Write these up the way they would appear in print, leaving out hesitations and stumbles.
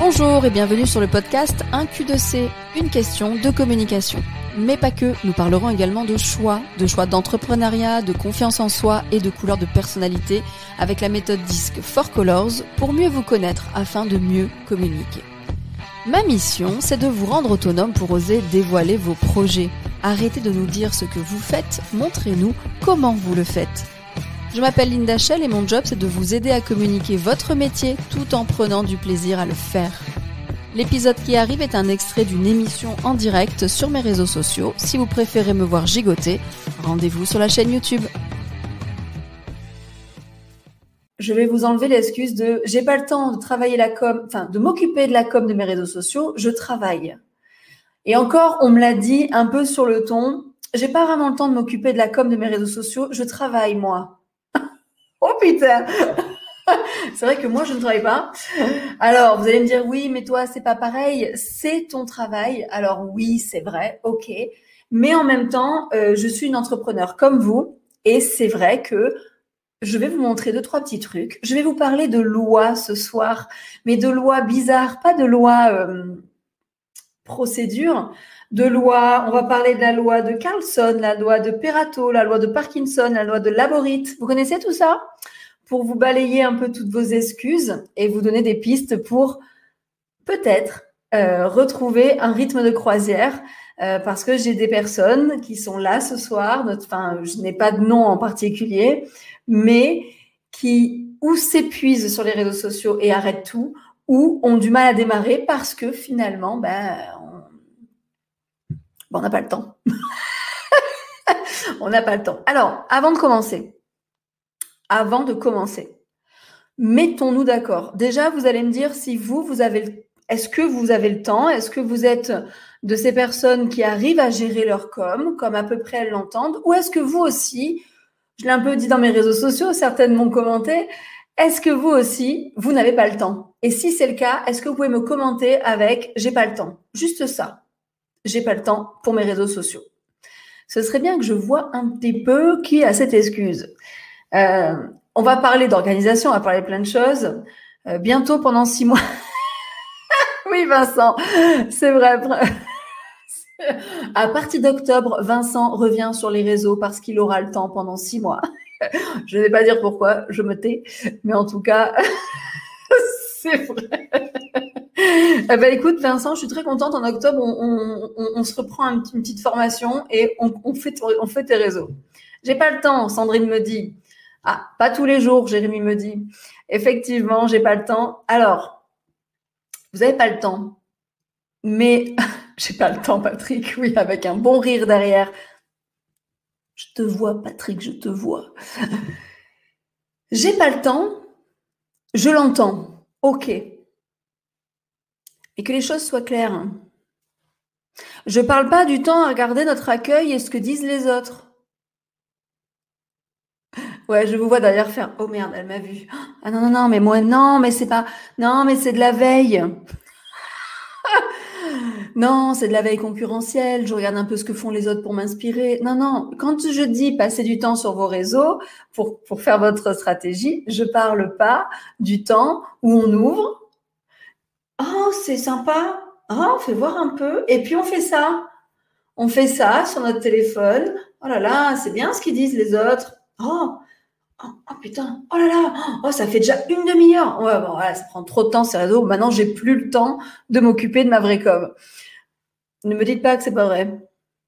Bonjour et bienvenue sur le podcast Un Q2C, une question de communication. Mais pas que, nous parlerons également de choix d'entrepreneuriat, de confiance en soi et de couleurs de personnalité avec la méthode DISC 4 Colors pour mieux vous connaître afin de mieux communiquer. Ma mission, c'est de vous rendre autonome pour oser dévoiler vos projets. Arrêtez de nous dire ce que vous faites, montrez-nous comment vous le faites. Je m'appelle Linda Shell et mon job c'est de vous aider à communiquer votre métier tout en prenant du plaisir à le faire. L'épisode qui arrive est un extrait d'une émission en direct sur mes réseaux sociaux. Si vous préférez me voir gigoter, rendez-vous sur la chaîne YouTube. Je vais vous enlever l'excuse de j'ai pas le temps de travailler la com, de m'occuper de la com de mes réseaux sociaux, je travaille. Et encore, on me l'a dit un peu sur le ton, j'ai pas vraiment le temps de m'occuper de la com de mes réseaux sociaux, je travaille moi. Oh putain. C'est vrai que moi, je ne travaille pas. Alors, vous allez me dire, oui, mais toi, c'est pas pareil. C'est ton travail. Alors oui, c'est vrai, ok. Mais en même temps, je suis une entrepreneur comme vous. Et c'est vrai que je vais vous montrer 2-3 petits trucs. Je vais vous parler de lois ce soir, mais de lois bizarres, pas de lois procédures. De lois, on va parler de la loi de Carlson, la loi de Pareto, la loi de Parkinson, la loi de Laborit. Vous connaissez tout ça? Pour vous balayer un peu toutes vos excuses et vous donner des pistes pour peut-être retrouver un rythme de croisière parce que j'ai des personnes qui sont là ce soir, je n'ai pas de nom en particulier, mais qui ou s'épuisent sur les réseaux sociaux et arrêtent tout, ou ont du mal à démarrer parce que finalement, on n'a pas le temps. On n'a pas le temps. Alors, avant de commencer, mettons-nous d'accord. Déjà, vous allez me dire si est-ce que vous avez le temps? Est-ce que vous êtes de ces personnes qui arrivent à gérer leur com, comme à peu près elles l'entendent? Ou est-ce que vous aussi, je l'ai un peu dit dans mes réseaux sociaux, certaines m'ont commenté, est-ce que vous aussi, vous n'avez pas le temps? Et si c'est le cas, est-ce que vous pouvez me commenter avec « j'ai pas le temps ». Juste ça. J'ai pas le temps pour mes réseaux sociaux. Ce serait bien que je vois un petit peu qui a cette excuse. On va parler d'organisation, on va parler de plein de choses. Bientôt, pendant 6 mois. Oui, Vincent, c'est vrai. À partir d'octobre, Vincent revient sur les réseaux parce qu'il aura le temps pendant 6 mois. Je ne vais pas dire pourquoi, je me tais. Mais en tout cas, c'est vrai. Écoute, Vincent, je suis très contente. En octobre, on se reprend une petite formation et on fait tes réseaux. J'ai pas le temps, Sandrine me dit. Ah, pas tous les jours, Jérémy me dit. Effectivement, j'ai pas le temps. Alors, vous avez pas le temps, mais j'ai pas le temps, Patrick. Oui, avec un bon rire derrière. Je te vois, Patrick, je te vois. J'ai pas le temps, je l'entends. Ok. Et que les choses soient claires. Je parle pas du temps à regarder notre accueil et ce que disent les autres. Ouais, je vous vois d'ailleurs faire « Oh merde, elle m'a vu. Ah non, mais moi, non, mais c'est pas… Non, mais c'est de la veille. Non, c'est de la veille concurrentielle. Je regarde un peu ce que font les autres pour m'inspirer. Non, quand je dis passer du temps sur vos réseaux pour faire votre stratégie, je parle pas du temps où on ouvre. Oh, c'est sympa. Oh, on fait voir un peu. Et puis, on fait ça. On fait ça sur notre téléphone. Oh là là, c'est bien ce qu'ils disent les autres. Oh putain, oh là là, oh ça fait déjà une demi-heure. Ouais, bon, voilà, ça prend trop de temps ces réseaux. Maintenant, j'ai plus le temps de m'occuper de ma vraie com. Ne me dites pas que c'est pas vrai.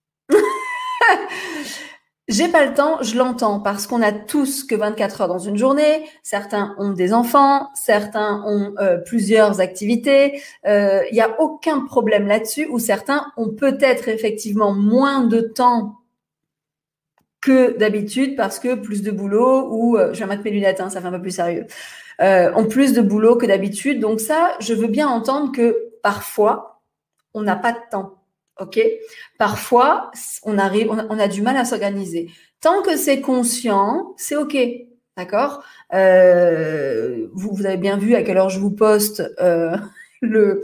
J'ai pas le temps, je l'entends, parce qu'on a tous que 24 heures dans une journée. Certains ont des enfants, certains ont plusieurs activités. Il y a aucun problème là-dessus, ou certains ont peut-être effectivement moins de temps que d'habitude parce que plus de boulot ou je vais mettre mes lunettes, ça fait un peu plus sérieux. Ont plus de boulot que d'habitude. Donc ça, je veux bien entendre que parfois, on n'a pas de temps. Ok? Parfois, on a du mal à s'organiser. Tant que c'est conscient, c'est ok. D'accord? Vous avez bien vu à quelle heure je vous poste le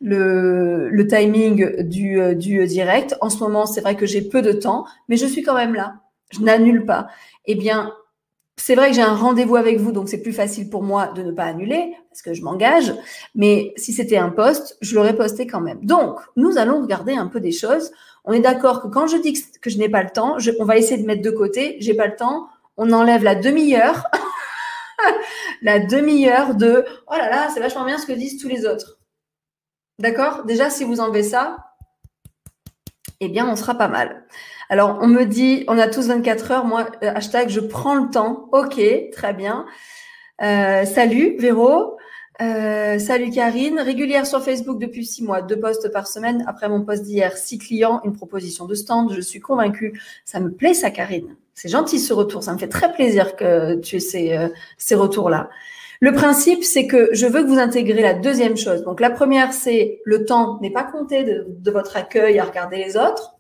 timing du direct. En ce moment, c'est vrai que j'ai peu de temps, mais je suis quand même là. Je n'annule pas. Eh bien, c'est vrai que j'ai un rendez-vous avec vous, donc c'est plus facile pour moi de ne pas annuler parce que je m'engage. Mais si c'était un post, je l'aurais posté quand même. Donc, nous allons regarder un peu des choses. On est d'accord que quand je dis que je n'ai pas le temps, on va essayer de mettre de côté. J'ai pas le temps. On enlève la demi-heure, la demi-heure de oh là là, c'est vachement bien ce que disent tous les autres. D'accord? Déjà, si vous enlevez ça, eh bien, on sera pas mal. Alors, on me dit, on a tous 24 heures. Moi, hashtag, je prends le temps. Ok, très bien. Salut, Véro. Salut, Karine. Régulière sur Facebook depuis 6 mois. 2 posts par semaine. Après mon post d'hier, 6 clients, une proposition de stand. Je suis convaincue. Ça me plaît, ça, Karine. C'est gentil, ce retour. Ça me fait très plaisir que tu aies ces retours-là. Le principe, c'est que je veux que vous intégrez la deuxième chose. Donc, la première, c'est le temps n'est pas compté de votre accueil à regarder les autres.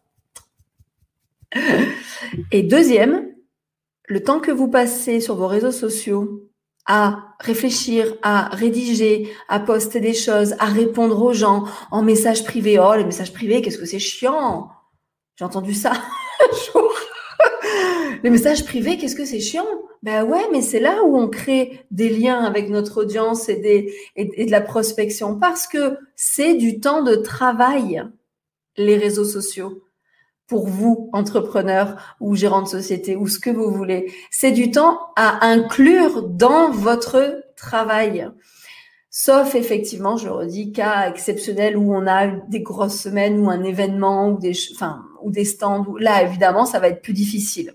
Et deuxième, le temps que vous passez sur vos réseaux sociaux à réfléchir, à rédiger, à poster des choses, à répondre aux gens en message privé. Oh, les messages privés, qu'est-ce que c'est chiant! J'ai entendu ça un jour. Les messages privés, qu'est-ce que c'est chiant? Ben ouais, mais c'est là où on crée des liens avec notre audience et de la prospection parce que c'est du temps de travail, les réseaux sociaux. Pour vous, entrepreneurs ou gérants de société ou ce que vous voulez. C'est du temps à inclure dans votre travail. Sauf effectivement, je le redis, cas exceptionnels où on a des grosses semaines ou un événement ou des stands. Là, évidemment, ça va être plus difficile.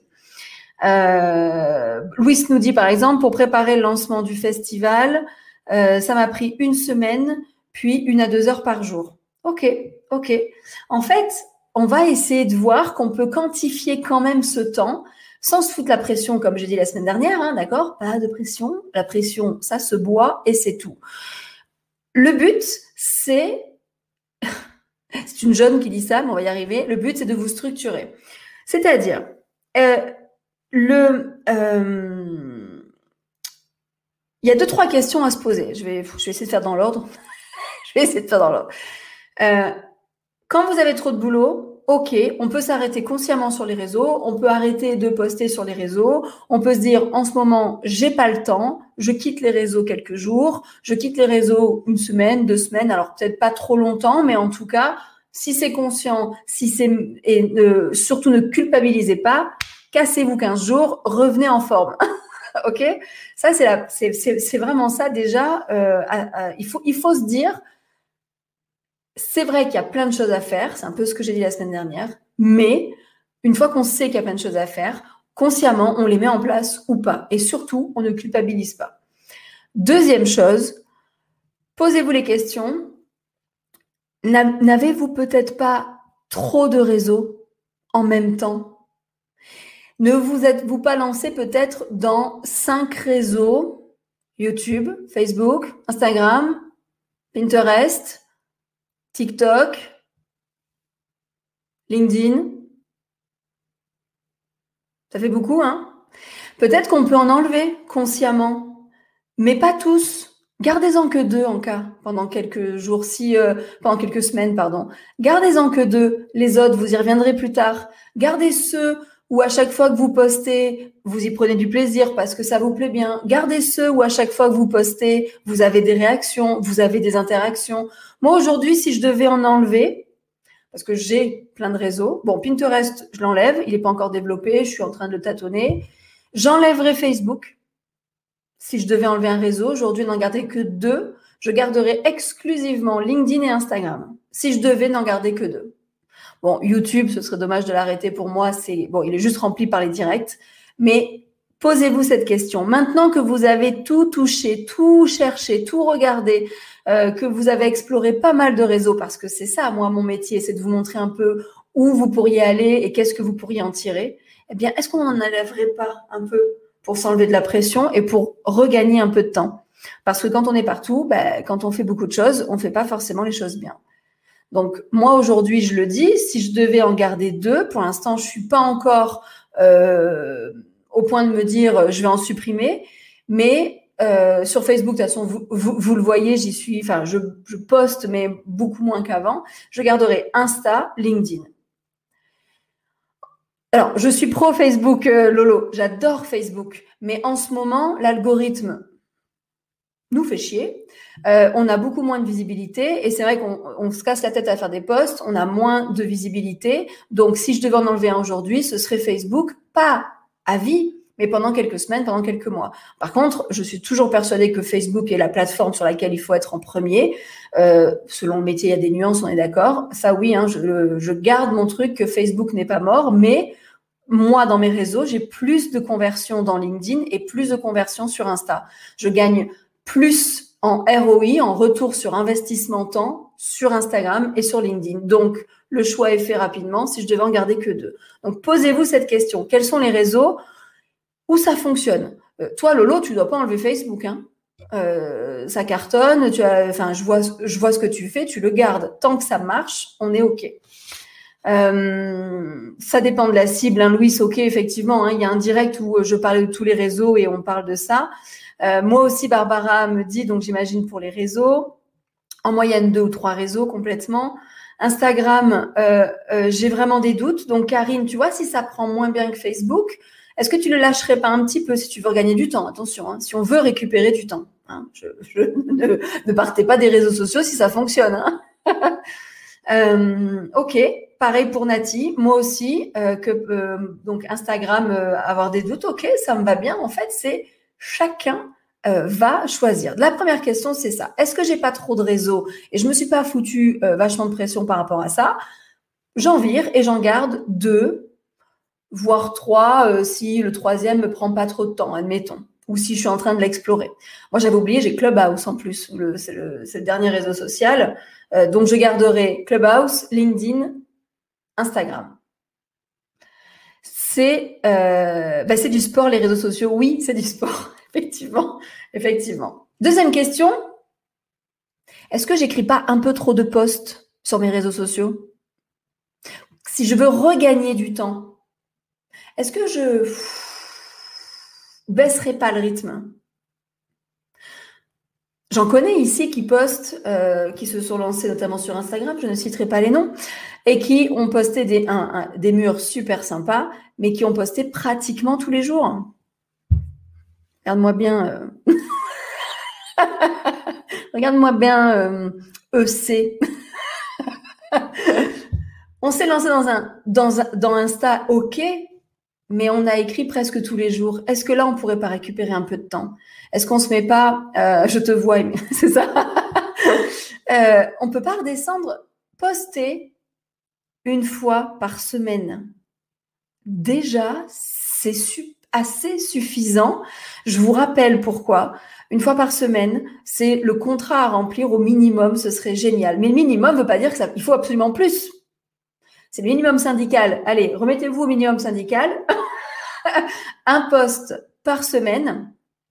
Louis nous dit, par exemple, pour préparer le lancement du festival, ça m'a pris 1 semaine, puis 1 à 2 heures par jour. Ok. En fait, on va essayer de voir qu'on peut quantifier quand même ce temps sans se foutre la pression, comme j'ai dit la semaine dernière, hein, d'accord? Pas de pression. La pression, ça se boit et c'est tout. Le but, c'est une jeune qui dit ça, mais on va y arriver. Le but, c'est de vous structurer. C'est-à-dire, il y a 2-3 questions à se poser. Je vais essayer de faire dans l'ordre. Quand vous avez trop de boulot, ok, on peut s'arrêter consciemment sur les réseaux, on peut arrêter de poster sur les réseaux, on peut se dire en ce moment, j'ai pas le temps, je quitte les réseaux quelques jours, je quitte les réseaux 1 semaine, 2 semaines, alors peut-être pas trop longtemps, mais en tout cas, si c'est conscient, surtout ne culpabilisez pas, cassez-vous 15 jours, revenez en forme. Ok? Ça, c'est vraiment ça déjà. Il faut se dire, c'est vrai qu'il y a plein de choses à faire, c'est un peu ce que j'ai dit la semaine dernière, mais une fois qu'on sait qu'il y a plein de choses à faire, consciemment, on les met en place ou pas. Et surtout, on ne culpabilise pas. Deuxième chose, posez-vous les questions. N'avez-vous peut-être pas trop de réseaux en même temps? Ne vous êtes-vous pas lancé peut-être dans 5 réseaux, YouTube, Facebook, Instagram, Pinterest, TikTok, LinkedIn? Ça fait beaucoup, hein? Peut-être qu'on peut en enlever consciemment, mais pas tous. Gardez-en que 2 en cas, pendant quelques jours, pendant quelques semaines, pardon. Gardez-en que 2. Les autres, vous y reviendrez plus tard. Gardez ceux où à chaque fois que vous postez, vous y prenez du plaisir parce que ça vous plaît bien. Gardez ceux où à chaque fois que vous postez, vous avez des réactions, vous avez des interactions. Moi, aujourd'hui, si je devais en enlever, parce que j'ai plein de réseaux. Bon, Pinterest, je l'enlève. Il n'est pas encore développé. Je suis en train de le tâtonner. J'enlèverai Facebook. Si je devais enlever un réseau, aujourd'hui, n'en garder que 2. Je garderai exclusivement LinkedIn et Instagram. Si je devais n'en garder que 2. Bon, YouTube, ce serait dommage de l'arrêter pour moi. Il est juste rempli par les directs. Mais posez-vous cette question. Maintenant que vous avez tout touché, tout cherché, tout regardé, que vous avez exploré pas mal de réseaux, parce que c'est ça, moi, mon métier, c'est de vous montrer un peu où vous pourriez aller et qu'est-ce que vous pourriez en tirer. Eh bien, est-ce qu'on n'en enlèverait pas un peu pour s'enlever de la pression et pour regagner un peu de temps? Parce que quand on est partout, quand on fait beaucoup de choses, on ne fait pas forcément les choses bien. Donc, moi, aujourd'hui, je le dis, si je devais en garder 2, pour l'instant, je ne suis pas encore au point de me dire je vais en supprimer, mais sur Facebook, de toute façon, vous le voyez, j'y suis, enfin, je poste, mais beaucoup moins qu'avant. Je garderai Insta, LinkedIn. Alors, je suis pro Facebook, Lolo. J'adore Facebook. Mais en ce moment, l'algorithme nous fait chier. On a beaucoup moins de visibilité et c'est vrai qu'on se casse la tête à faire des posts. On a moins de visibilité. Donc, si je devais en enlever un aujourd'hui, ce serait Facebook. Pas à vie, mais pendant quelques semaines, pendant quelques mois. Par contre, je suis toujours persuadée que Facebook est la plateforme sur laquelle il faut être en premier. Selon le métier, il y a des nuances, on est d'accord. Ça, oui, hein, je garde mon truc que Facebook n'est pas mort, mais moi, dans mes réseaux, j'ai plus de conversions dans LinkedIn et plus de conversions sur Insta. Je gagne plus en ROI, en retour sur investissement temps, sur Instagram et sur LinkedIn. Donc, le choix est fait rapidement si je devais en garder que 2. Donc, posez-vous cette question. Quels sont les réseaux où ça fonctionne? Toi, Lolo, tu dois pas enlever Facebook, hein. Ça cartonne, je vois ce que tu fais, tu le gardes. Tant que ça marche, on est OK. Ça dépend de la cible, hein. Louis, OK, effectivement, hein, il y a un direct où je parle de tous les réseaux et on parle de ça. Moi aussi, Barbara me dit, donc j'imagine pour les réseaux, en moyenne 2 ou 3 réseaux complètement. Instagram, j'ai vraiment des doutes. Donc, Karine, tu vois, si ça prend moins bien que Facebook, est-ce que tu le lâcherais pas un petit peu si tu veux gagner du temps? Attention, hein, si on veut récupérer du temps. Hein, ne partez pas des réseaux sociaux si ça fonctionne. Hein. OK, pareil pour Nati. Moi aussi, donc Instagram, avoir des doutes. OK, ça me va bien. En fait, c'est chacun va choisir. La première question, c'est ça. Est-ce que j'ai pas trop de réseaux et je me suis pas foutu vachement de pression par rapport à ça? J'en vire et j'en garde 2, voire 3 si le 3e me prend pas trop de temps, admettons, ou si je suis en train de l'explorer. Moi, j'avais oublié, j'ai Clubhouse en plus. C'est le dernier réseau social. Donc, je garderai Clubhouse, LinkedIn, Instagram. C'est du sport, les réseaux sociaux. Oui, c'est du sport, effectivement. Deuxième question. Est-ce que j'écris pas un peu trop de posts sur mes réseaux sociaux? Si je veux regagner du temps, est-ce que je baisserai pas le rythme? J'en connais ici qui postent, qui se sont lancés notamment sur Instagram, je ne citerai pas les noms, et qui ont posté des murs super sympas, mais qui ont posté pratiquement tous les jours. Regarde-moi bien. Regarde-moi bien EC. On s'est lancé dans Insta, OK, mais on a écrit presque tous les jours. Est-ce que là, on pourrait pas récupérer un peu de temps? Est-ce qu'on se met pas, je te vois, c'est ça? On peut pas redescendre, poster une fois par semaine. Déjà, c'est assez suffisant. Je vous rappelle pourquoi. Une fois par semaine, c'est le contrat à remplir au minimum, ce serait génial. Mais le minimum ne veut pas dire qu'il faut absolument plus. C'est le minimum syndical. Allez, remettez-vous au minimum syndical. Un poste par semaine.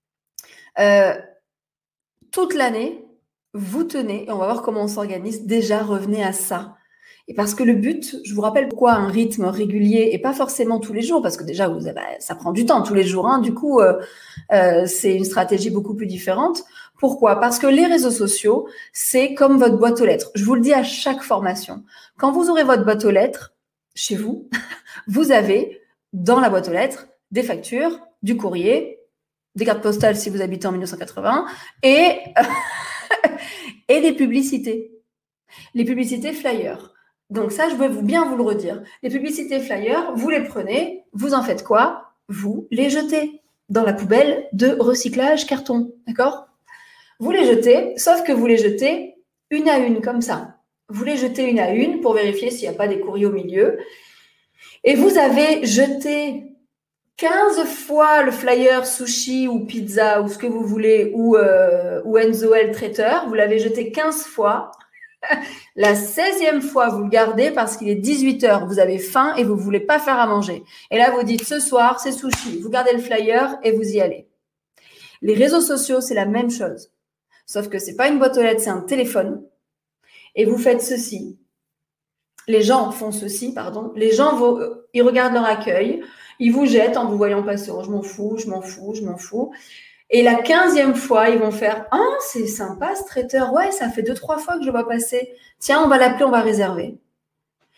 Toute l'année, vous tenez, et on va voir comment on s'organise. Déjà, revenez à ça. Et parce que le but, je vous rappelle pourquoi un rythme régulier et pas forcément tous les jours, parce que déjà, ça prend du temps tous les jours. Hein, du coup, c'est une stratégie beaucoup plus différente. Pourquoi? Parce que les réseaux sociaux, c'est comme votre boîte aux lettres. Je vous le dis à chaque formation. Quand vous aurez votre boîte aux lettres chez vous, vous avez dans la boîte aux lettres des factures, du courrier, des cartes postales si vous habitez en 1980 et des publicités. Les publicités flyers. Donc ça, je veux bien vous le redire. Les publicités flyers, vous les prenez, vous en faites quoi? Vous les jetez dans la poubelle de recyclage carton, d'accord? Vous les jetez, sauf que vous les jetez une à une, comme ça. Vous les jetez une à une pour vérifier s'il n'y a pas des courriers au milieu. Et vous avez jeté 15 fois le flyer sushi ou pizza ou ce que vous voulez ou Enzo le traiteur. Vous l'avez jeté 15 fois. La 16e fois, vous le gardez parce qu'il est 18h, vous avez faim et vous ne voulez pas faire à manger. Et là, vous dites ce soir, c'est sushi. Vous gardez le flyer et vous y allez. Les réseaux sociaux, c'est la même chose. Sauf que ce n'est pas une boîte aux lettres, c'est un téléphone. Et vous faites ceci. Les gens font ceci, pardon. Les gens, ils regardent leur accueil. Ils vous jettent en vous voyant passer. Oh, je m'en fous, je m'en fous, je m'en fous. Et la 15e fois, ils vont faire « Ah, c'est sympa ce traiteur. Ouais, ça fait 2-3 fois que je le vois passer. Tiens, on va l'appeler, on va réserver. »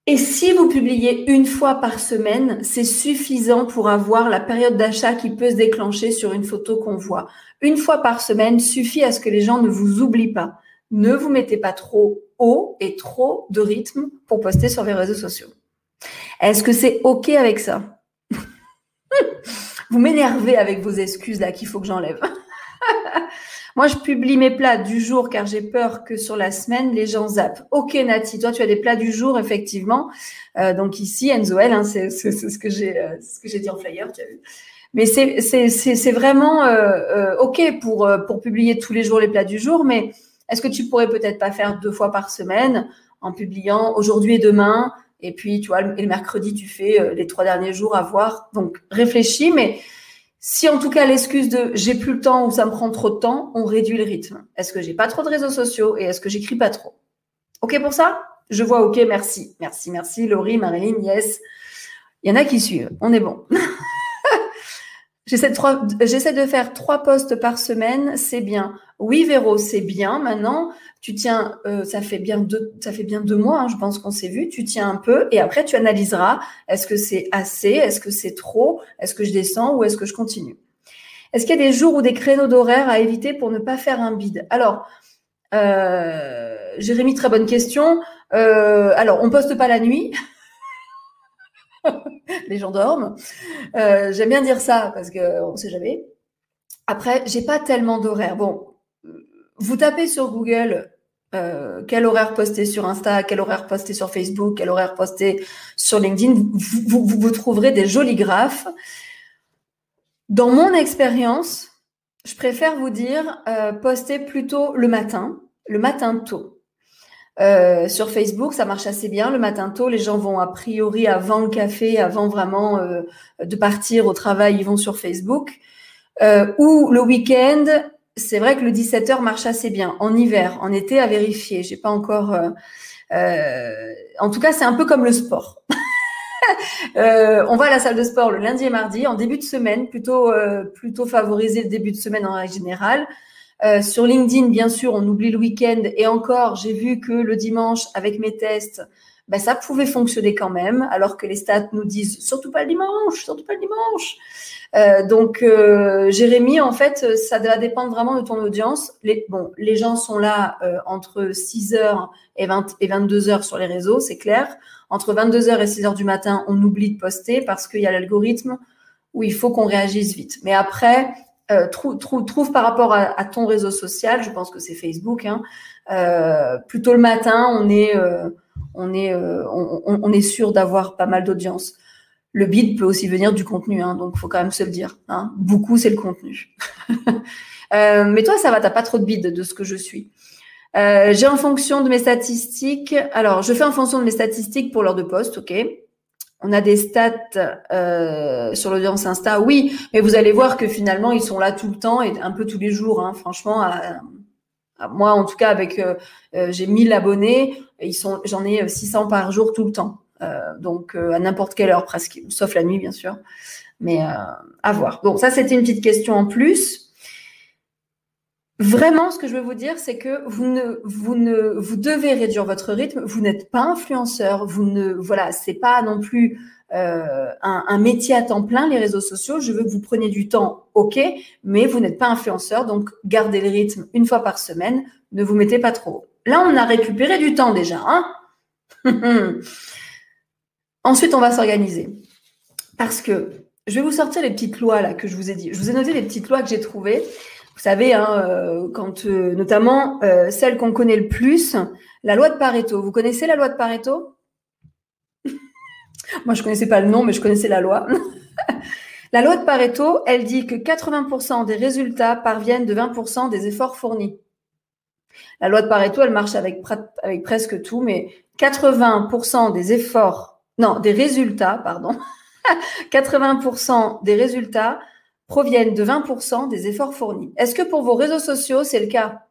Et si vous publiez une fois par semaine, c'est suffisant pour avoir la période d'achat qui peut se déclencher sur une photo qu'on voit. Une fois par semaine suffit à ce que les gens ne vous oublient pas. Ne vous mettez pas trop haut et trop de rythme pour poster sur les réseaux sociaux. Est-ce que c'est OK avec ça? Vous m'énervez avec vos excuses là qu'il faut que j'enlève. Moi, je publie mes plats du jour car j'ai peur que sur la semaine, les gens zappent. Ok, Nati, toi, tu as des plats du jour, effectivement. Donc ici, Enzoel, hein, c'est ce que j'ai dit en flyer, tu as vu. Mais c'est vraiment ok pour publier tous les jours les plats du jour. Mais est-ce que tu pourrais peut-être pas faire 2 fois par semaine en publiant aujourd'hui et demain, et puis tu vois, et le mercredi, tu fais les 3 derniers jours à voir. Donc réfléchis, mais si en tout cas l'excuse de j'ai plus le temps ou ça me prend trop de temps, on réduit le rythme. Est-ce que j'ai pas trop de réseaux sociaux et est-ce que j'écris pas trop? Ok pour ça? Je vois ok, merci. Merci, Laurie, Marilyn, yes. Il y en a qui suivent, on est bon. J'essaie de faire 3 posts par semaine, c'est bien. Oui, Véro, c'est bien. Maintenant, tu tiens, ça fait bien 2 mois, hein, je pense qu'on s'est vu. Tu tiens un peu et après tu analyseras. Est-ce que c'est assez? Est-ce que c'est trop? Est-ce que je descends ou est-ce que je continue? Est-ce qu'il y a des jours ou des créneaux d'horaire à éviter pour ne pas faire un bide? Alors, Jérémy, très bonne question. Alors, on poste pas la nuit. Les gens dorment. J'aime bien dire ça parce qu'on ne sait jamais. Après, j'ai pas tellement d'horaire. Bon, vous tapez sur Google quel horaire poster sur Insta, quel horaire poster sur Facebook, quel horaire poster sur LinkedIn. Vous trouverez des jolis graphes. Dans mon expérience, je préfère vous dire poster plutôt le matin tôt. Sur Facebook, ça marche assez bien. Le matin tôt, les gens vont a priori avant le café, avant vraiment de partir au travail, ils vont sur Facebook. Ou le week-end, c'est vrai que le 17h marche assez bien. En hiver, en été, à vérifier. J'ai pas encore. En tout cas, c'est un peu comme le sport. On va à la salle de sport le lundi et mardi, en début de semaine, plutôt favoriser le début de semaine en règle générale. Sur LinkedIn, bien sûr, on oublie le week-end. Et encore, j'ai vu que le dimanche, avec mes tests, ça pouvait fonctionner quand même, alors que les stats nous disent surtout pas le dimanche, surtout pas le dimanche. Donc, Jérémy, en fait, ça va dépendre vraiment de ton audience. Les gens sont là entre 6h et 22h sur les réseaux, c'est clair. Entre 22h et 6h du matin, on oublie de poster parce qu'il y a l'algorithme où il faut qu'on réagisse vite. Mais après, trouve par rapport à ton réseau social, je pense que c'est Facebook, hein, plutôt le matin, on est sûr d'avoir pas mal d'audience. Le bid peut aussi venir du contenu, hein, donc il faut quand même se le dire. Hein. Beaucoup, c'est le contenu. Mais toi, ça va, t'as pas trop de bid de ce que je suis. J'ai en fonction de mes statistiques. Alors, je fais en fonction de mes statistiques pour l'heure de poste, ok. On a des stats sur l'audience Insta, oui, mais vous allez voir que finalement, ils sont là tout le temps et un peu tous les jours. Hein, franchement, moi, en tout cas, avec j'ai 1000 abonnés, j'en ai 600 par jour tout le temps. Donc, à n'importe quelle heure presque, sauf la nuit, bien sûr. Mais à voir. Bon, ça, c'était une petite question en plus. Vraiment, ce que je veux vous dire, c'est que vous devez réduire votre rythme. Vous n'êtes pas influenceur. Voilà, c'est pas non plus un métier à temps plein, les réseaux sociaux. Je veux que vous preniez du temps, ok, mais vous n'êtes pas influenceur, donc gardez le rythme une fois par semaine. Ne vous mettez pas trop. Là, on a récupéré du temps déjà, hein. Ensuite, on va s'organiser. Parce que je vais vous sortir les petites lois là que je vous ai dit. Je vous ai noté les petites lois que j'ai trouvées. Vous savez, hein, notamment celle qu'on connaît le plus, la loi de Pareto. Vous connaissez la loi de Pareto? Moi, je ne connaissais pas le nom, mais je connaissais la loi. La loi de Pareto, elle dit que 80% des résultats parviennent de 20% des efforts fournis. La loi de Pareto, elle marche avec presque tout, mais 80% des résultats, pardon, 80% des résultats proviennent de 20% des efforts fournis. Est-ce que pour vos réseaux sociaux, c'est le cas?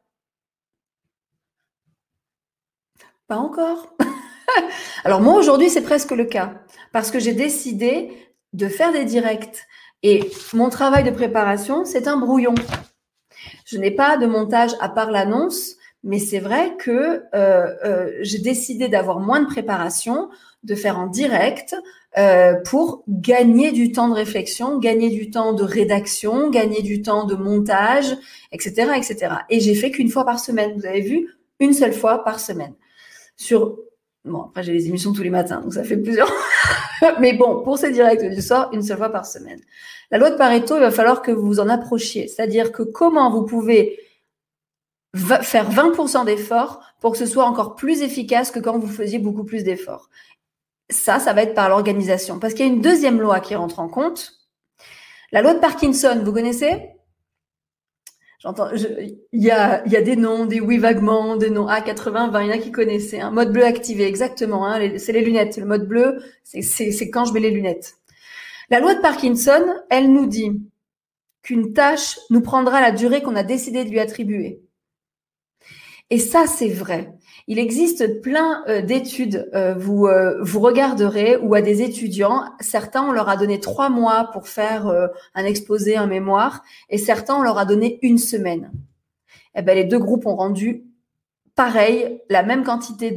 Pas encore. Alors moi, aujourd'hui, c'est presque le cas parce que j'ai décidé de faire des directs et mon travail de préparation, c'est un brouillon. Je n'ai pas de montage à part l'annonce, Mais c'est vrai que j'ai décidé d'avoir moins de préparation, de faire en direct pour gagner du temps de réflexion, gagner du temps de rédaction, gagner du temps de montage, etc., etc. Et j'ai fait qu'une fois par semaine. Vous avez vu, une seule fois par semaine. Bon, après j'ai les émissions tous les matins, donc ça fait plusieurs. Mais bon, pour ces directs du soir, une seule fois par semaine. La loi de Pareto, il va falloir que vous vous en approchiez. C'est-à-dire que comment vous pouvez faire 20% d'efforts pour que ce soit encore plus efficace que quand vous faisiez beaucoup plus d'efforts. Ça va être par l'organisation. Parce qu'il y a une deuxième loi qui rentre en compte. La loi de Parkinson, vous connaissez ? J'entends, il y a des noms, des oui vaguement, des noms A80, 20, il y en a qui connaissaient. Hein. Mode bleu activé, exactement. Hein, c'est les lunettes. Le mode bleu, c'est quand je mets les lunettes. La loi de Parkinson, elle nous dit qu'une tâche nous prendra la durée qu'on a décidé de lui attribuer. Et ça, c'est vrai. Il existe plein d'études, vous regarderez, où à des étudiants, certains, on leur a donné 3 mois pour faire un exposé, un mémoire, et certains, on leur a donné 1 semaine. Eh ben, les deux groupes ont rendu pareil, la même quantité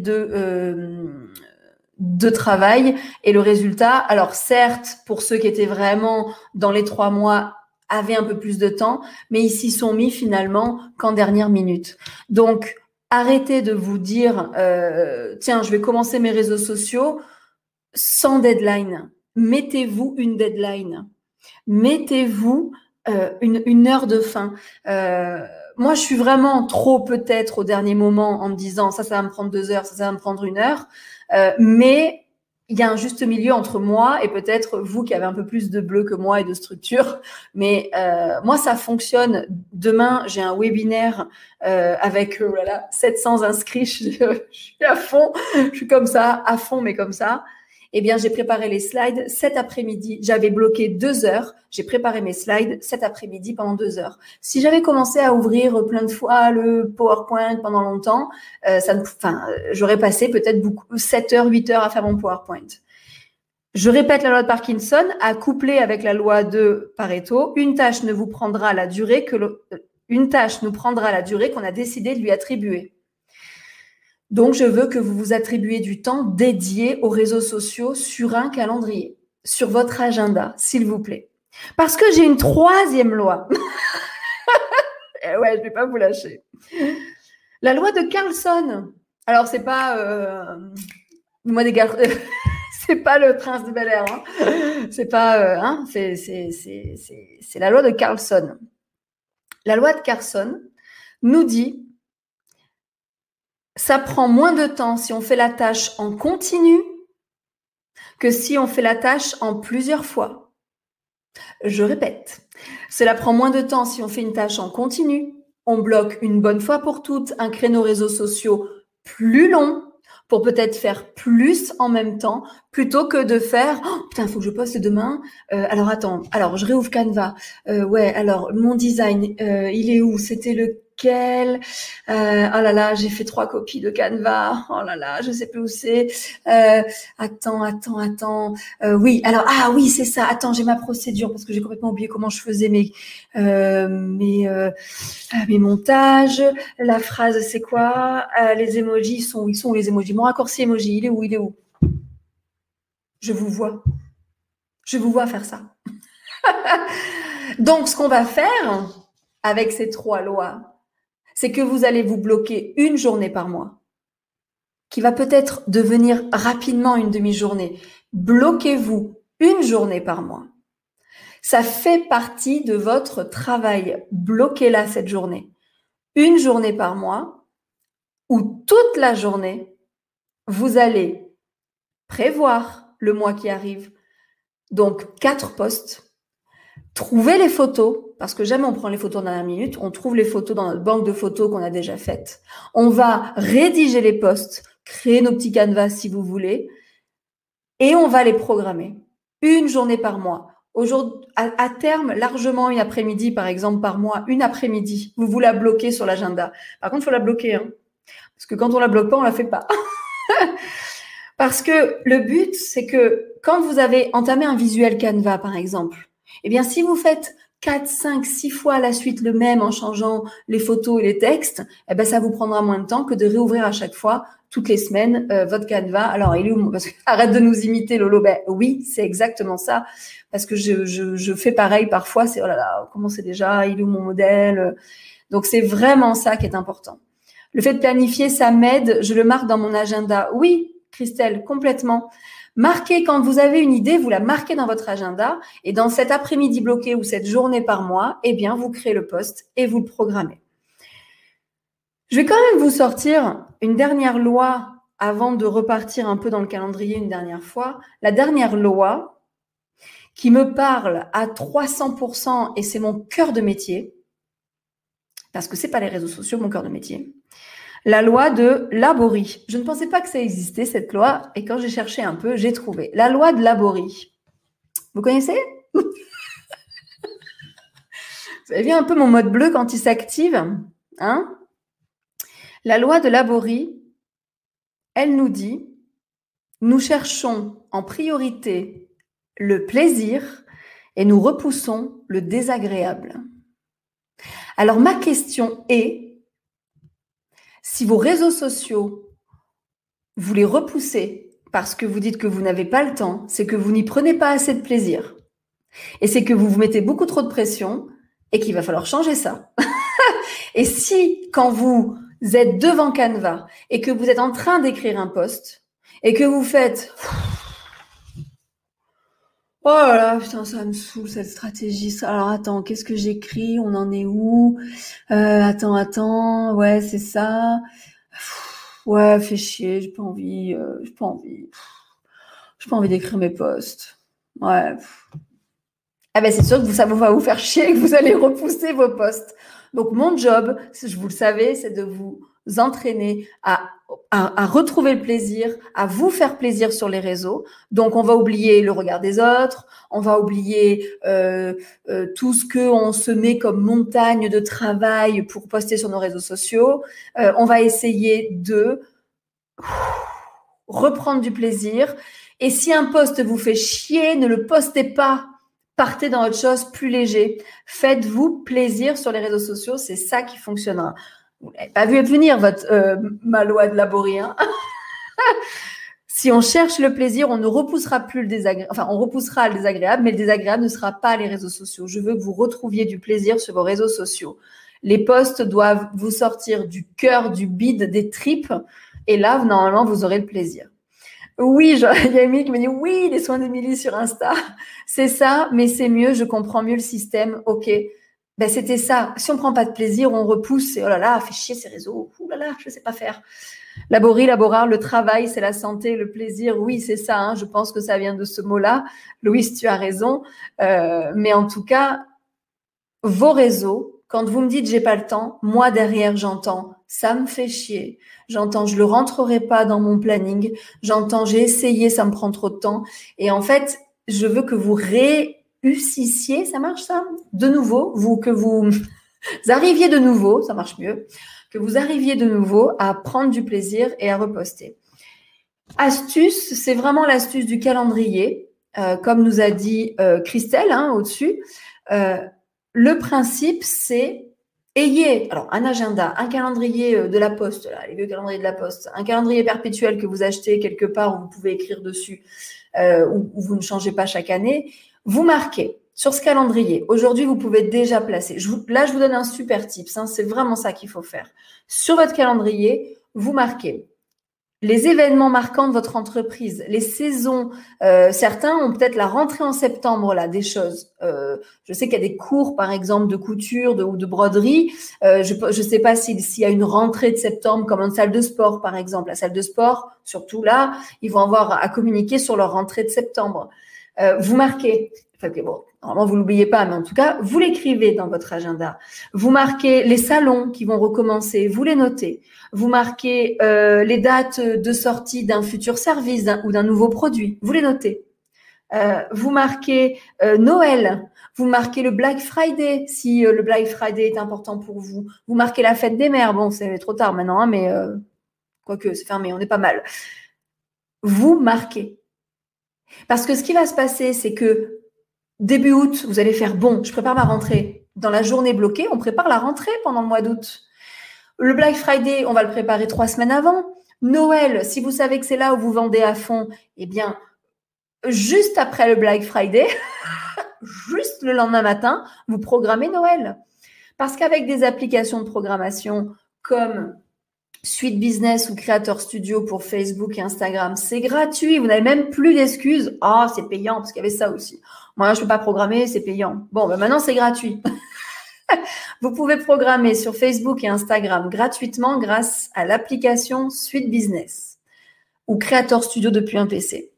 de travail, et le résultat, alors certes, pour ceux qui étaient vraiment dans les 3 mois, avaient un peu plus de temps, mais ils s'y sont mis finalement qu'en dernière minute. Donc, arrêtez de vous dire tiens, je vais commencer mes réseaux sociaux sans deadline. Mettez-vous une deadline. Mettez-vous une heure de fin. Moi, je suis vraiment trop peut-être au dernier moment en me disant ça va me prendre 2 heures, ça va me prendre 1 heure. Mais il y a un juste milieu entre moi et peut-être vous qui avez un peu plus de bleu que moi et de structure. Mais moi, ça fonctionne. Demain, j'ai un webinaire avec 700 inscrits. Je suis à fond. Je suis comme ça, à fond, mais comme ça. Eh bien, j'ai préparé les slides cet après-midi. J'avais bloqué 2 heures. J'ai préparé mes slides cet après-midi pendant 2 heures. Si j'avais commencé à ouvrir plein de fois le PowerPoint pendant longtemps, j'aurais passé peut-être 7 heures, 8 heures à faire mon PowerPoint. Je répète la loi de Parkinson, à coupler avec la loi de Pareto. Une tâche nous prendra la durée qu'on a décidé de lui attribuer. Donc, je veux que vous vous attribuiez du temps dédié aux réseaux sociaux sur un calendrier, sur votre agenda, s'il vous plaît. Parce que j'ai une 3e loi. Et ouais, je ne vais pas vous lâcher. La loi de Carlson. Alors, c'est pas c'est pas le prince de Bel-Air. Hein. C'est pas c'est la loi de Carlson. La loi de Carlson nous dit ça prend moins de temps si on fait la tâche en continu que si on fait la tâche en plusieurs fois. Je répète, cela prend moins de temps si on fait une tâche en continu. On bloque une bonne fois pour toutes un créneau réseaux sociaux plus long pour peut-être faire plus en même temps plutôt que de faire « putain, il faut que je poste demain. Alors, attends. Alors, je réouvre Canva. Ouais, alors, mon design, il est où? C'était lequel? Oh là là, j'ai fait 3 copies de Canva. Oh là là, je sais plus où c'est. Attends. Oui, alors, oui, c'est ça. Attends, j'ai ma procédure parce que j'ai complètement oublié comment je faisais mes montages. La phrase, c'est quoi? Les emojis sont où? Ils sont où les emojis? Mon raccourci emoji, il est où? Je vous vois faire ça. Donc, ce qu'on va faire avec ces 3 lois, c'est que vous allez vous bloquer une journée par mois, qui va peut-être devenir rapidement une demi-journée. Bloquez-vous une journée par mois. Ça fait partie de votre travail. Bloquez-la cette journée. Une journée par mois, où toute la journée, vous allez prévoir le mois qui arrive. Donc, 4 posts. Trouvez les photos, parce que jamais on prend les photos dans la minute. On trouve les photos dans notre banque de photos qu'on a déjà faites. On va rédiger les posts, créer nos petits canvas si vous voulez, et on va les programmer. Une journée par mois. Aujourd'hui, à terme, largement une après-midi, par exemple, par mois, une après-midi, vous la bloquez sur l'agenda. Par contre, il faut la bloquer, hein, parce que quand on la bloque pas, on la fait pas. Parce que le but, c'est que quand vous avez entamé un visuel Canva, par exemple, eh bien, si vous faites 4, 5, 6 fois à la suite le même en changeant les photos et les textes, eh ben, ça vous prendra moins de temps que de réouvrir à chaque fois, toutes les semaines, votre Canva. Alors, il est où? Parce que, arrête de nous imiter, Lolo. Ben oui, c'est exactement ça. Parce que je fais pareil parfois. C'est, oh là là, comment c'est déjà? Il est où mon modèle? Donc, c'est vraiment ça qui est important. Le fait de planifier, ça m'aide. Je le marque dans mon agenda. Oui, Christelle, complètement. Marquez, quand vous avez une idée, vous la marquez dans votre agenda et dans cet après-midi bloqué ou cette journée par mois, eh bien, vous créez le post et vous le programmez. Je vais quand même vous sortir une dernière loi avant de repartir un peu dans le calendrier une dernière fois. La dernière loi qui me parle à 300% et c'est mon cœur de métier, parce que c'est pas les réseaux sociaux, mon cœur de métier. La loi de Laborie. Je ne pensais pas que ça existait, cette loi, et quand j'ai cherché un peu, j'ai trouvé. La loi de Laborie. Vous connaissez? Vous avez vu un peu mon mode bleu quand il s'active, hein? La loi de Laborie, elle nous dit, nous cherchons en priorité le plaisir et nous repoussons le désagréable. Alors ma question est, si vos réseaux sociaux, vous les repoussez parce que vous dites que vous n'avez pas le temps, c'est que vous n'y prenez pas assez de plaisir. Et c'est que vous vous mettez beaucoup trop de pression et qu'il va falloir changer ça. Et si, quand vous êtes devant Canva et que vous êtes en train d'écrire un post et que vous faites « Oh là là, putain, ça me saoule cette stratégie. Alors attends, qu'est-ce que j'écris? On en est où? Attends, ouais, c'est ça. Ouais, fais chier, j'ai pas envie d'écrire mes posts. Ouais. » Ah ben c'est sûr que ça va vous faire chier et que vous allez repousser vos posts. Donc mon job, je vous le savez, c'est de vous entraîner à retrouver le plaisir, à vous faire plaisir sur les réseaux. Donc on va oublier le regard des autres, on va oublier tout ce qu'on se met comme montagne de travail pour poster sur nos réseaux sociaux. On va essayer de reprendre du plaisir. Et si un post vous fait chier, ne le postez pas. Partez dans autre chose plus léger. Faites-vous plaisir sur les réseaux sociaux, c'est ça qui fonctionnera. Vous n'avez pas vu venir ma loi de Laborie. Hein. Si on cherche le plaisir, on ne repoussera plus le désagréable. Enfin, on repoussera le désagréable, mais le désagréable ne sera pas les réseaux sociaux. Je veux que vous retrouviez du plaisir sur vos réseaux sociaux. Les posts doivent vous sortir du cœur, du bide, des tripes. Et là, normalement, vous aurez le plaisir. Oui, il y a Émilie qui me dit oui, les soins d'Émilie sur Insta. C'est ça, mais c'est mieux, je comprends mieux le système. Ok, ben c'était ça. Si on prend pas de plaisir, on repousse. Et oh là là, fait chier ces réseaux. Ouh là là, je sais pas faire. Laborar, le travail, c'est la santé, le plaisir. Oui, c'est ça. Hein, je pense que ça vient de ce mot-là. Louise, tu as raison. Mais en tout cas, vos réseaux, quand vous me dites j'ai pas le temps, moi derrière j'entends ça me fait chier. J'entends je le rentrerai pas dans mon planning. J'entends j'ai essayé, ça me prend trop de temps. Et en fait, je veux que vous réussissiez, ça marche ça? De nouveau, que vous arriviez de nouveau, ça marche mieux, que vous arriviez de nouveau à prendre du plaisir et à reposter. Astuce, c'est vraiment l'astuce du calendrier, comme nous a dit Christelle hein, au-dessus. Le principe, c'est ayez alors un agenda, un calendrier de la poste, là, les vieux calendriers de la poste, un calendrier perpétuel que vous achetez quelque part où vous pouvez écrire dessus, où vous ne changez pas chaque année. Vous marquez sur ce calendrier. Aujourd'hui, vous pouvez déjà placer. Là, je vous donne un super tips. Hein, c'est vraiment ça qu'il faut faire. Sur votre calendrier, vous marquez les événements marquants de votre entreprise, les saisons. Certains ont peut-être la rentrée en septembre, là, des choses. Je sais qu'il y a des cours, par exemple, de couture ou de broderie. Je sais pas s'il y a une rentrée de septembre, comme une salle de sport, par exemple. La salle de sport, surtout là, ils vont avoir à communiquer sur leur rentrée de septembre. Vous marquez. Enfin, bon, normalement, vous l'oubliez pas, mais en tout cas, vous l'écrivez dans votre agenda. Vous marquez les salons qui vont recommencer, vous les notez. Vous marquez les dates de sortie d'un futur service ou d'un nouveau produit, vous les notez. Vous marquez Noël, vous marquez le Black Friday, si le Black Friday est important pour vous. Vous marquez la fête des mères, bon, c'est trop tard maintenant, hein, mais quoique, c'est fermé, on est pas mal. Vous marquez. Parce que ce qui va se passer, c'est que Début août, vous allez faire bon, je prépare ma rentrée. Dans la journée bloquée, on prépare la rentrée pendant le mois d'août. Le Black Friday, on va le préparer 3 semaines avant. Noël, si vous savez que c'est là où vous vendez à fond, eh bien, juste après le Black Friday, juste le lendemain matin, vous programmez Noël. Parce qu'avec des applications de programmation comme Suite Business ou Creator Studio pour Facebook et Instagram, c'est gratuit. Vous n'avez même plus d'excuses. Ah, c'est payant, parce qu'il y avait ça aussi. Moi, je ne peux pas programmer, c'est payant. Bon, ben maintenant, c'est gratuit. Vous pouvez programmer sur Facebook et Instagram gratuitement grâce à l'application Suite Business ou Creator Studio depuis un PC.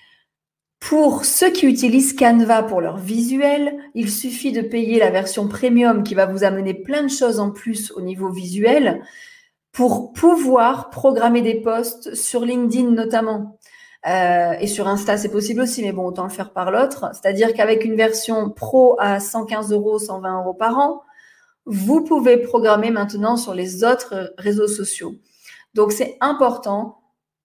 Pour ceux qui utilisent Canva pour leur visuel, il suffit de payer la version premium qui va vous amener plein de choses en plus au niveau visuel pour pouvoir programmer des posts sur LinkedIn notamment. Et sur Insta, c'est possible aussi, mais bon, autant le faire par l'autre. C'est-à-dire qu'avec une version pro à 115 €, 120 € par an, vous pouvez programmer maintenant sur les autres réseaux sociaux. Donc, c'est important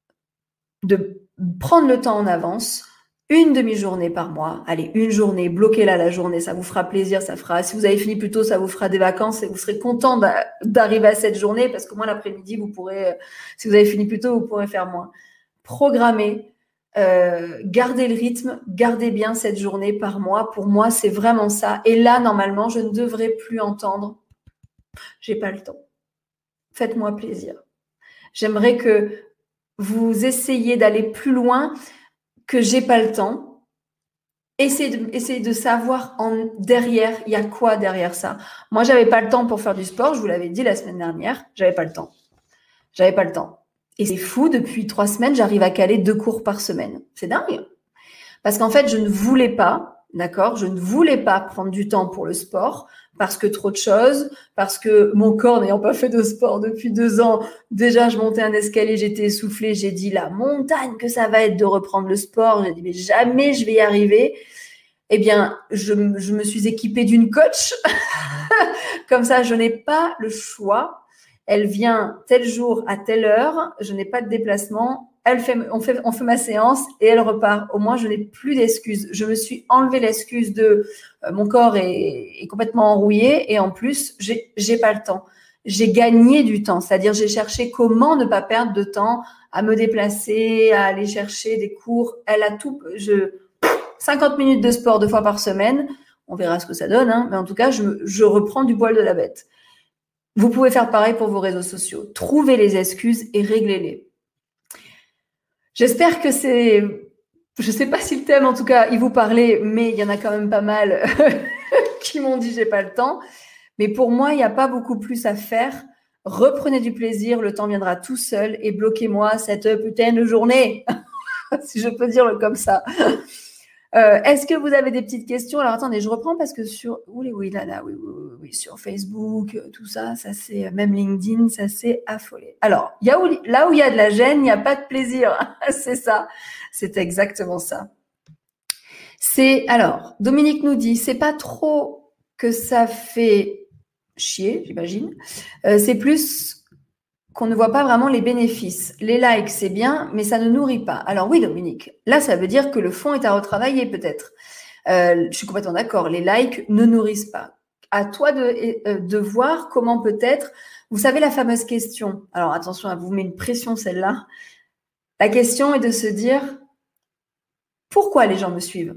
de prendre le temps en avance, une demi-journée par mois. Allez, une journée, bloquez-la la journée, ça vous fera plaisir, ça fera. Si vous avez fini plus tôt, ça vous fera des vacances et vous serez content d'arriver à cette journée parce que moi, l'après-midi, vous pourrez, si vous avez fini plus tôt, vous pourrez faire moins. Programmez, gardez le rythme, gardez bien cette journée par mois. Pour moi, c'est vraiment ça. Et là, normalement, je ne devrais plus entendre « j'ai pas le temps ». Faites-moi plaisir. J'aimerais que vous essayiez d'aller plus loin que j'ai pas le temps. Essayez de savoir derrière, il y a quoi derrière ça. Moi, j'avais pas le temps pour faire du sport. Je vous l'avais dit la semaine dernière. J'avais pas le temps. J'avais pas le temps. Et c'est fou, depuis 3 semaines, j'arrive à caler 2 cours par semaine. C'est dingue. Parce qu'en fait, je ne voulais pas, d'accord, je ne voulais pas prendre du temps pour le sport parce que trop de choses, parce que mon corps n'ayant pas fait de sport depuis 2 ans, déjà, je montais un escalier, j'étais essoufflée, j'ai dit la montagne que ça va être de reprendre le sport. J'ai dit, mais jamais je vais y arriver. Eh bien, je me suis équipée d'une coach. Comme ça, je n'ai pas le choix. Elle vient tel jour à telle heure, je n'ai pas de déplacement, on fait ma séance et elle repart. Au moins, je n'ai plus d'excuses. Je me suis enlevé l'excuse de mon corps est complètement enrouillé et en plus, j'ai pas le temps. J'ai gagné du temps, c'est-à-dire j'ai cherché comment ne pas perdre de temps à me déplacer, à aller chercher des cours. Elle a tout. 50 minutes de sport 2 fois par semaine. On verra ce que ça donne, hein, mais en tout cas, je reprends du poil de la bête. Vous pouvez faire pareil pour vos réseaux sociaux. Trouvez les excuses et réglez-les. J'espère que c'est... Je ne sais pas si le thème, en tout cas, il vous parlait, mais il y en a quand même pas mal qui m'ont dit « j'ai pas le temps ». Mais pour moi, il n'y a pas beaucoup plus à faire. Reprenez du plaisir, le temps viendra tout seul et bloquez-moi cette putain de journée, si je peux dire comme ça. Est-ce que vous avez des petites questions? Alors attendez, je reprends parce que sur oui, sur Facebook, tout ça, ça c'est même LinkedIn, ça c'est affolé. Alors, là où il y a de la gêne, il n'y a pas de plaisir. C'est ça, c'est exactement ça. Alors, Dominique nous dit, c'est pas trop que ça fait chier, j'imagine. C'est plus qu'on ne voit pas vraiment les bénéfices. Les likes, c'est bien, mais ça ne nourrit pas. Alors oui, Dominique, là, ça veut dire que le fond est à retravailler peut-être. Je suis complètement d'accord. Les likes ne nourrissent pas. À toi de voir comment peut-être... Vous savez la fameuse question. Alors attention, elle vous met une pression celle-là. La question est de se dire, pourquoi les gens me suivent?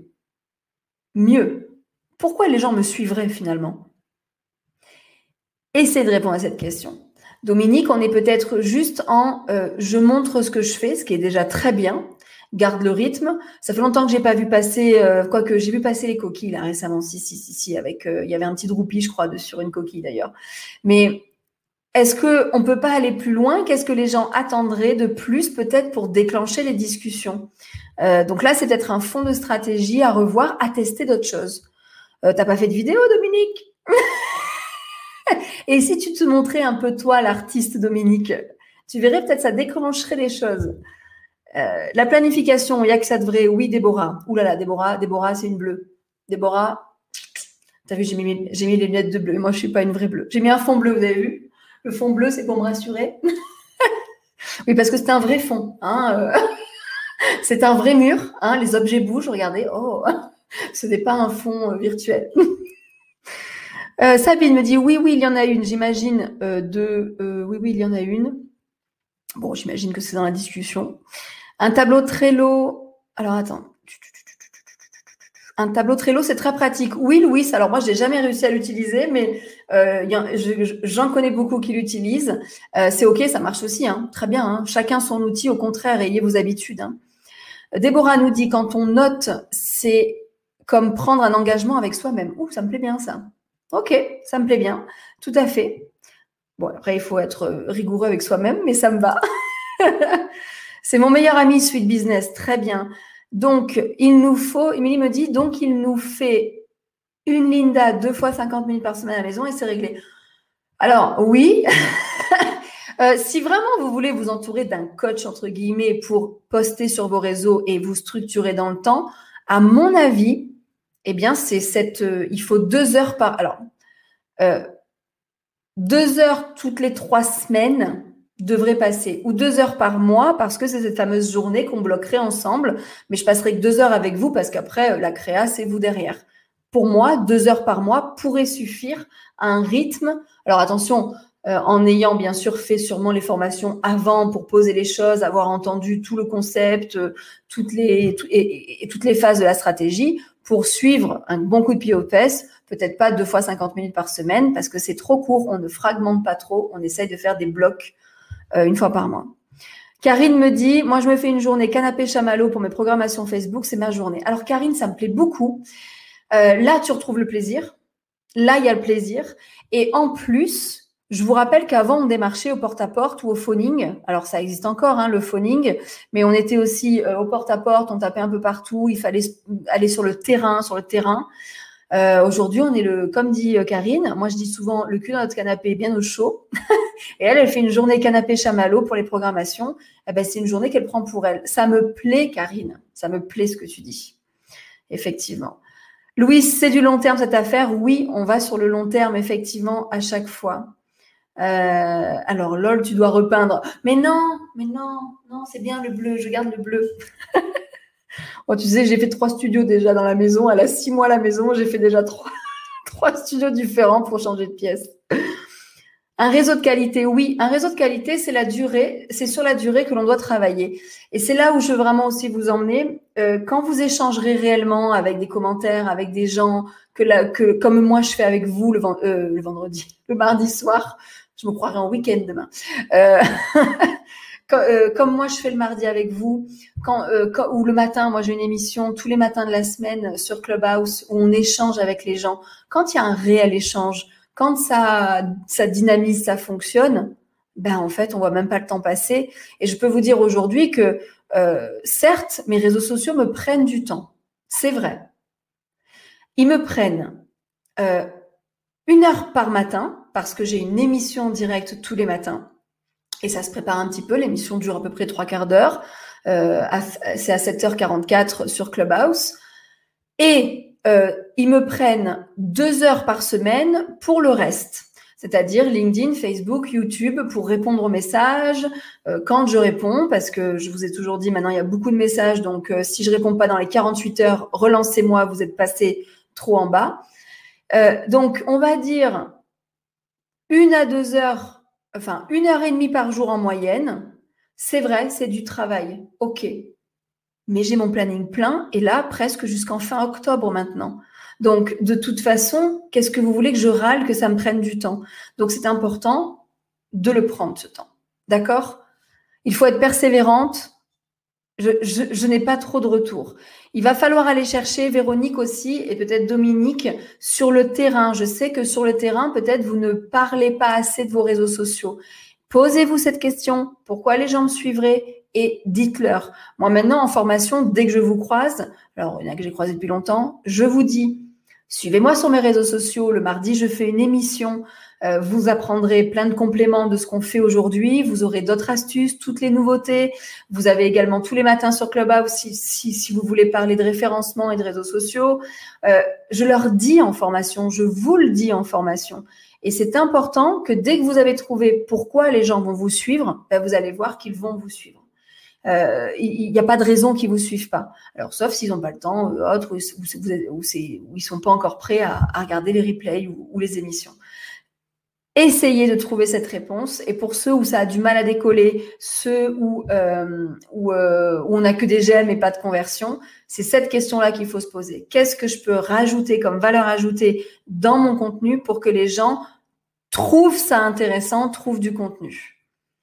Mieux, pourquoi les gens me suivraient finalement? Essayez de répondre à cette question. Dominique, on est peut-être juste je montre ce que je fais, ce qui est déjà très bien. Garde le rythme. Ça fait longtemps que j'ai pas vu passer, quoique j'ai vu passer les coquilles là récemment. Si, avec il y avait un petit droupi, je crois, sur une coquille d'ailleurs. Mais est-ce que on peut pas aller plus loin? Qu'est-ce que les gens attendraient de plus peut-être pour déclencher les discussions? Donc là, c'est peut-être un fond de stratégie à revoir, à tester d'autres choses. T'as pas fait de vidéo, Dominique? Et si tu te montrais un peu toi, l'artiste Dominique, tu verrais peut-être ça déclencherait les choses. La planification, il n'y a que ça de vrai. Oui, Déborah. Ouh là là, Déborah, c'est une bleue. Déborah, t'as vu, j'ai mis les lunettes de bleu. Moi, je suis pas une vraie bleue. J'ai mis un fond bleu, vous avez vu? Le fond bleu, c'est pour me rassurer. Oui, parce que c'est un vrai fond. Hein, c'est un vrai mur. Hein, les objets bougent, regardez. Oh. Ce n'est pas un fond virtuel. Sabine me dit oui, il y en a une. J'imagine oui, il y en a une. Bon, j'imagine que c'est dans la discussion. Un tableau Trello. Alors, attends. Un tableau Trello, c'est très pratique. Oui, Louis. Alors, moi, je n'ai jamais réussi à l'utiliser, mais j'en connais beaucoup qui l'utilisent. C'est OK, ça marche aussi. Hein. Très bien. Hein. Chacun son outil. Au contraire, ayez vos habitudes. Hein. Déborah nous dit, quand on note, c'est comme prendre un engagement avec soi-même. Ouh, ça me plaît bien, ça. OK, ça me plaît bien. Tout à fait. Bon, après, il faut être rigoureux avec soi-même, mais ça me va. C'est mon meilleur ami, Sweet Business. Très bien. Donc, Émilie me dit, donc il nous fait une Linda 2 fois 50 minutes par semaine à la maison et c'est réglé. Alors, oui. Si vraiment vous voulez vous entourer d'un coach, entre guillemets, pour poster sur vos réseaux et vous structurer dans le temps, à mon avis, eh bien, il faut 2 heures par... Alors, 2 heures toutes les 3 semaines devraient passer, ou 2 heures par mois, parce que c'est cette fameuse journée qu'on bloquerait ensemble, mais je passerai que 2 heures avec vous, parce qu'après, la créa, c'est vous derrière. Pour moi, 2 heures par mois pourrait suffire à un rythme. Alors attention, en ayant bien sûr fait sûrement les formations avant pour poser les choses, avoir entendu tout le concept, toutes les phases de la stratégie, pour suivre un bon coup de pied aux fesses, peut-être pas 2 fois 50 minutes par semaine, parce que c'est trop court, on ne fragmente pas trop, on essaye de faire des blocs 1 fois par mois. Karine me dit, moi je me fais une journée canapé chamallow pour mes programmations Facebook, c'est ma journée. Alors Karine, ça me plaît beaucoup. Là, tu retrouves le plaisir. Là, il y a le plaisir. Et en plus, je vous rappelle qu'avant, on démarchait au porte-à-porte ou au phoning. Alors, ça existe encore, hein, le phoning, mais on était aussi au porte-à-porte, on tapait un peu partout, il fallait aller sur le terrain. Aujourd'hui, on est comme dit Karine, moi je dis souvent le cul dans notre canapé bien au chaud. Et elle fait une journée canapé chamallow pour les programmations. Eh ben, c'est une journée qu'elle prend pour elle. Ça me plaît, Karine. Ça me plaît ce que tu dis. Effectivement. Louis, c'est du long terme cette affaire. Oui, on va sur le long terme, effectivement, à chaque fois. Alors, lol, tu dois repeindre. Mais non, c'est bien le bleu. Je garde le bleu. Oh, tu sais, j'ai fait 3 studios déjà dans la maison. Elle a 6 mois à la maison. J'ai fait déjà 3 studios différents pour changer de pièce. Un réseau de qualité, oui. Un réseau de qualité, c'est la durée. C'est sur la durée que l'on doit travailler. Et c'est là où je veux vraiment aussi vous emmener. Quand vous échangerez réellement avec des commentaires, avec des gens comme moi je fais avec vous le mardi soir. Je me croirais en week-end demain. Comme moi je fais le mardi avec vous, ou le matin, moi j'ai une émission tous les matins de la semaine sur Clubhouse où on échange avec les gens. Quand il y a un réel échange, quand ça dynamise, ça fonctionne, ben en fait, on voit même pas le temps passer. Et je peux vous dire aujourd'hui que certes, mes réseaux sociaux me prennent du temps. C'est vrai. Ils me prennent 1 heure par matin parce que j'ai une émission en direct tous les matins. Et ça se prépare un petit peu. L'émission dure à peu près 3/4 d'heure. C'est à 7h44 sur Clubhouse. Et ils me prennent 2 heures par semaine pour le reste. C'est-à-dire LinkedIn, Facebook, YouTube pour répondre aux messages quand je réponds, parce que je vous ai toujours dit maintenant il y a beaucoup de messages, donc si je réponds pas dans les 48 heures, relancez-moi, vous êtes passé trop en bas. Donc on va dire 1 à 2 heures, enfin 1h30 par jour en moyenne. C'est vrai, c'est du travail, ok. Mais j'ai mon planning plein et là, presque jusqu'en fin octobre maintenant. Donc, de toute façon, qu'est-ce que vous voulez que je râle, que ça me prenne du temps? Donc, c'est important de le prendre, ce temps. D'accord? Il faut être persévérante. Je n'ai pas trop de retour. Il va falloir aller chercher Véronique aussi et peut-être Dominique sur le terrain. Je sais que sur le terrain, peut-être vous ne parlez pas assez de vos réseaux sociaux. Posez-vous cette question. Pourquoi les gens me suivraient? Et dites-leur. Moi, maintenant, en formation, dès que je vous croise, alors il y en a que j'ai croisé depuis longtemps, je vous dis, suivez-moi sur mes réseaux sociaux. Le mardi, je fais une émission. Vous apprendrez plein de compléments de ce qu'on fait aujourd'hui. Vous aurez d'autres astuces, toutes les nouveautés. Vous avez également tous les matins sur Clubhouse si vous voulez parler de référencement et de réseaux sociaux. Je leur dis en formation, je vous le dis en formation. Et c'est important que dès que vous avez trouvé pourquoi les gens vont vous suivre, ben vous allez voir qu'ils vont vous suivre. Il n'y a pas de raison qu'ils vous suivent pas. Alors, sauf s'ils n'ont pas le temps, autre, ou ils sont pas encore prêts à regarder les replays ou les émissions. Essayez de trouver cette réponse. Et pour ceux où ça a du mal à décoller, ceux où on n'a que des j'aime et pas de conversion, c'est cette question-là qu'il faut se poser. Qu'est-ce que je peux rajouter comme valeur ajoutée dans mon contenu pour que les gens trouvent ça intéressant, trouvent du contenu?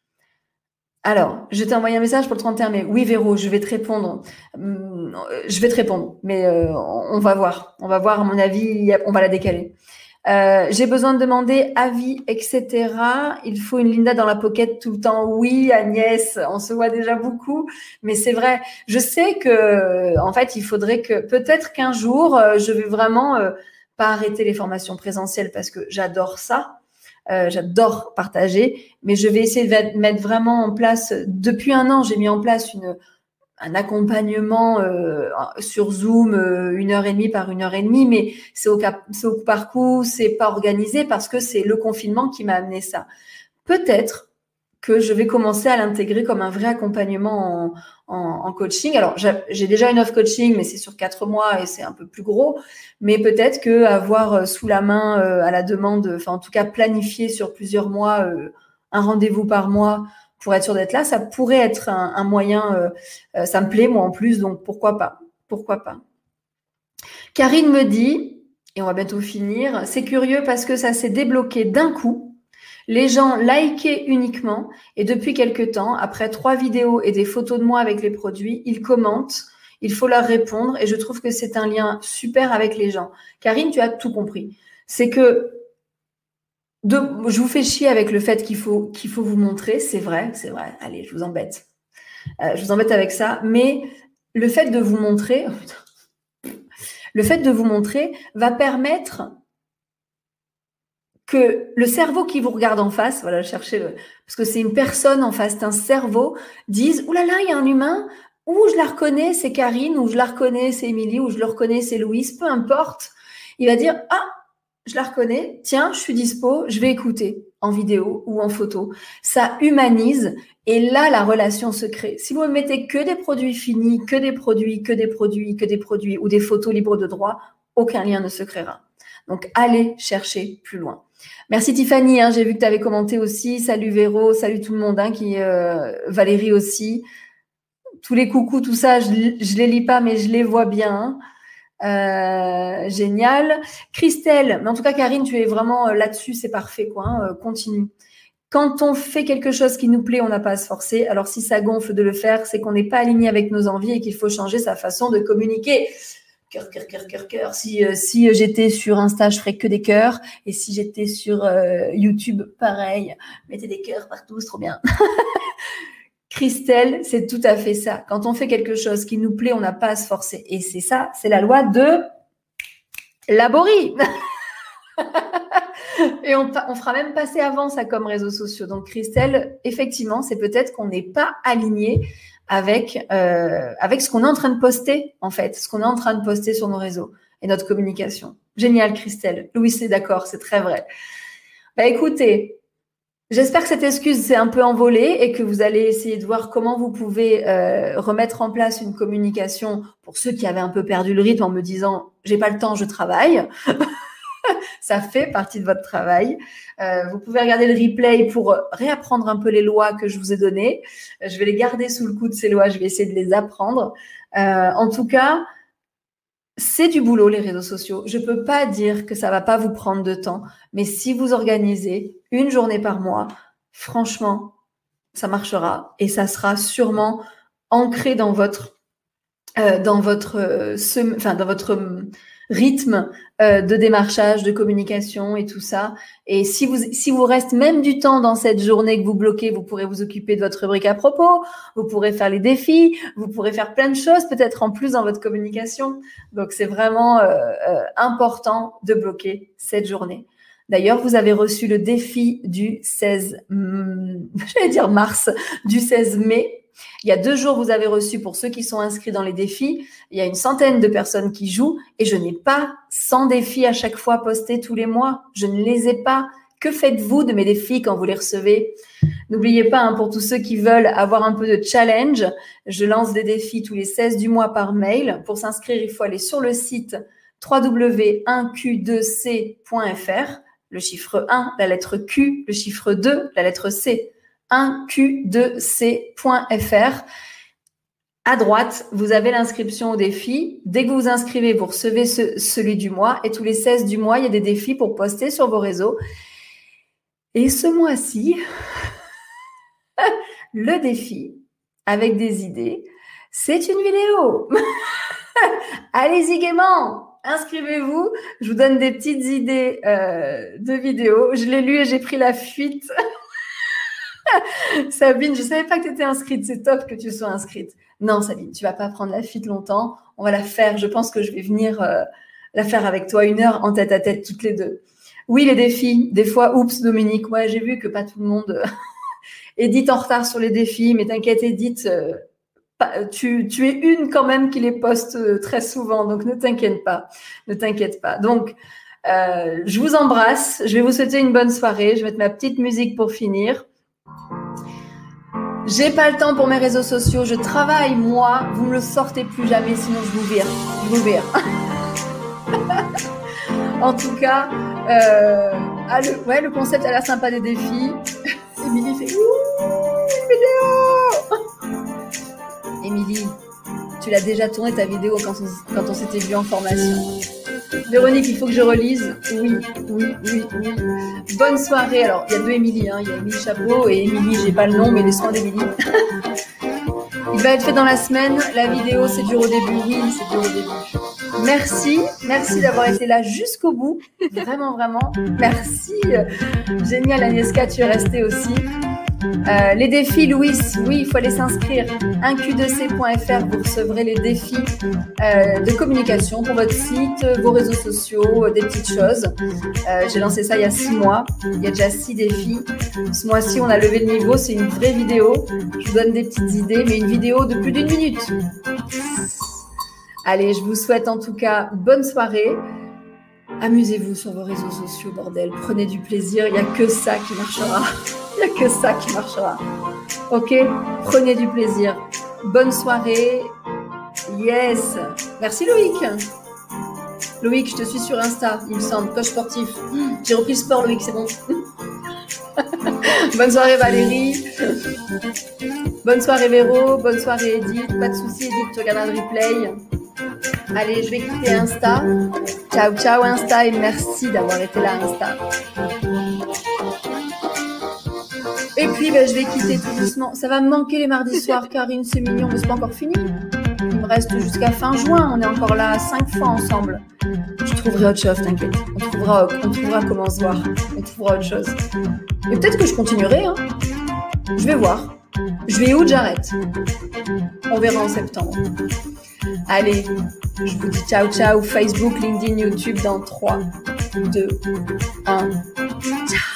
Alors, je t'ai envoyé un message pour le 31 mai. Oui, Véro, je vais te répondre. Je vais te répondre, mais on va voir. On va voir, à mon avis, on va la décaler. J'ai besoin de demander avis, etc. Il faut une Linda dans la pocket tout le temps. Oui, Agnès, on se voit déjà beaucoup, mais c'est vrai. Je sais que, en fait, il faudrait que peut-être qu'un jour, je vais vraiment pas arrêter les formations présentielles parce que j'adore ça. J'adore partager, mais je vais essayer de mettre vraiment en place. Depuis un an, j'ai mis en place un accompagnement sur Zoom 1h30 par 1h30, mais c'est au coup par coup, c'est pas organisé parce que c'est le confinement qui m'a amené ça. Peut-être que je vais commencer à l'intégrer comme un vrai accompagnement en coaching. Alors, j'ai déjà une offre coaching, mais c'est sur 4 mois et c'est un peu plus gros. Mais peut-être que avoir sous la main à la demande, enfin en tout cas planifier sur plusieurs mois un rendez-vous par mois pour être sûr d'être là, ça pourrait être un moyen. Ça me plaît moi en plus, donc pourquoi pas? Pourquoi pas? Karine me dit, et on va bientôt finir, c'est curieux parce que ça s'est débloqué d'un coup. Les gens likaient uniquement et depuis quelques temps, après 3 vidéos et des photos de moi avec les produits, ils commentent, il faut leur répondre et je trouve que c'est un lien super avec les gens. Karine, tu as tout compris. C'est que je vous fais chier avec le fait qu'il faut vous montrer, c'est vrai. Allez, je vous embête. Je vous embête avec ça, mais le fait de vous montrer, va permettre que le cerveau qui vous regarde en face, voilà, parce que c'est une personne en face, un cerveau, dise, ouh là là, il y a un humain, ou je la reconnais, c'est Karine, ou je la reconnais, c'est Émilie, ou je le reconnais, c'est Louise, peu importe. Il va dire, ah, je la reconnais, tiens, je suis dispo, je vais écouter en vidéo ou en photo. Ça humanise et là, la relation se crée. Si vous ne mettez que des produits finis, que des produits ou des photos libres de droit, aucun lien ne se créera. Donc, allez chercher plus loin. Merci Tiffany, j'ai vu que tu avais commenté aussi. Salut Véro, salut tout le monde, Valérie aussi. Tous les coucous, tout ça, je les lis pas, mais je les vois bien. Génial. Christelle, mais en tout cas Karine, tu es vraiment là-dessus, c'est parfait, quoi. Continue. Quand on fait quelque chose qui nous plaît, on n'a pas à se forcer. Alors si ça gonfle de le faire, c'est qu'on n'est pas aligné avec nos envies et qu'il faut changer sa façon de communiquer. Cœur. Si j'étais sur Insta, je ferais que des cœurs. Et si j'étais sur YouTube, pareil. Mettez des cœurs partout, c'est trop bien. Christelle, c'est tout à fait ça. Quand on fait quelque chose qui nous plaît, on n'a pas à se forcer. Et c'est ça, c'est la loi de Laborie. Et on fera même passer avant ça comme réseaux sociaux. Donc Christelle, effectivement, c'est peut-être qu'on n'est pas aligné avec ce qu'on est en train de poster, en fait, ce qu'on est en train de poster sur nos réseaux et notre communication. Génial, Christelle. Louis, c'est d'accord, c'est très vrai. Bah, écoutez, j'espère que cette excuse s'est un peu envolée et que vous allez essayer de voir comment vous pouvez remettre en place une communication pour ceux qui avaient un peu perdu le rythme en me disant « j'ai pas le temps, je travaille ». Ça fait partie de votre travail. Vous pouvez regarder le replay pour réapprendre un peu les lois que je vous ai données. Je vais les garder sous le coude, ces lois. Je vais essayer de les apprendre. En tout cas, c'est du boulot, les réseaux sociaux. Je ne peux pas dire que ça ne va pas vous prendre de temps. Mais si vous organisez une journée par mois, franchement, ça marchera. Et ça sera sûrement ancré dans votre rythme de démarchage, de communication et tout ça. Et si vous reste même du temps dans cette journée que vous bloquez, vous pourrez vous occuper de votre rubrique à propos, vous pourrez faire les défis, vous pourrez faire plein de choses peut-être en plus dans votre communication. Donc, c'est vraiment important de bloquer cette journée. D'ailleurs, vous avez reçu le défi du 16 mars, du 16 mai. Il y a 2 jours, vous avez reçu, pour ceux qui sont inscrits dans les défis, il y a une centaine de personnes qui jouent et je n'ai pas 100 défis à chaque fois postés tous les mois. Je ne les ai pas. Que faites-vous de mes défis quand vous les recevez? N'oubliez pas, hein, pour tous ceux qui veulent avoir un peu de challenge, je lance des défis tous les 16 du mois par mail. Pour s'inscrire, il faut aller sur le site www.1q2c.fr, le chiffre 1, la lettre Q, le chiffre 2, la lettre C, 1q2c.fr. À droite, vous avez l'inscription au défi. Dès que vous vous inscrivez, vous recevez celui du mois. Et tous les 16 du mois, il y a des défis pour poster sur vos réseaux. Et ce mois-ci, le défi, avec des idées, c'est une vidéo. Allez-y gaiement, inscrivez-vous. Je vous donne des petites idées de vidéos. Je l'ai lu et j'ai pris la fuite. Sabine, je ne savais pas que tu étais inscrite. C'est top que tu sois inscrite. Non, Sabine, tu ne vas pas prendre la fuite longtemps. On va la faire. Je pense que je vais venir la faire avec toi 1 heure en tête à tête, toutes les deux. Oui, les défis. Des fois, oups, Dominique. Ouais, j'ai vu que pas tout le monde... Edith en retard sur les défis. Mais t'inquiète, Edith, tu es une quand même qui les poste très souvent. Donc, ne t'inquiète pas. Ne t'inquiète pas. Donc, je vous embrasse. Je vais vous souhaiter une bonne soirée. Je vais mettre ma petite musique pour finir. J'ai pas le temps pour mes réseaux sociaux, je travaille moi, vous me le sortez plus jamais, sinon je vous vire. En tout cas, le concept a l'air sympa des défis. Émilie fait une vidéo. Émilie, tu l'as déjà tourné ta vidéo quand on s'était vu en formation. Véronique, il faut que je relise. Oui. Bonne soirée. Alors, il y a 2 Émilie. Il y a Émilie Chapeau et Émilie, j'ai pas le nom, mais les soins d'Émilie. Il va être fait dans la semaine. La vidéo, c'est dur au début. Oui, c'est dur au début. Merci d'avoir été là jusqu'au bout. Vraiment. Merci. Génial, Agnieszka, tu es restée aussi. Les défis, Louis, oui, il faut aller s'inscrire. 1q2c.fr, vous recevrez les défis de communication pour votre site, vos réseaux sociaux, des petites choses. J'ai lancé ça il y a 6 mois. Il y a déjà 6 défis. Ce mois-ci, on a levé le niveau. C'est une vraie vidéo. Je vous donne des petites idées, mais une vidéo de plus d'1 minute. Allez, je vous souhaite en tout cas bonne soirée. Amusez-vous sur vos réseaux sociaux, bordel. Prenez du plaisir. Il n'y a que ça qui marchera. Ok, prenez du plaisir. Bonne soirée. Yes. Merci Loïc. Loïc, je te suis sur Insta, il me semble. Coach sportif. J'ai repris le sport, Loïc, c'est bon. Bonne soirée Valérie. Bonne soirée Véro. Bonne soirée Edith. Pas de soucis Edith, tu regarderas le replay. Allez, je vais quitter Insta. Ciao Insta et merci d'avoir été là Insta. Et puis, je vais quitter tout doucement. Ça va me manquer les mardis soirs, Karine, c'est mignon, mais c'est pas encore fini. Il me reste jusqu'à fin juin. On est encore là 5 fois ensemble. Je trouverai autre chose, t'inquiète. On trouvera comment se voir. On trouvera autre chose. Et peut-être que je continuerai. Je vais voir. Je vais où j'arrête. On verra en septembre. Allez, je vous dis ciao. Facebook, LinkedIn, YouTube dans 3, 2, 1. Ciao.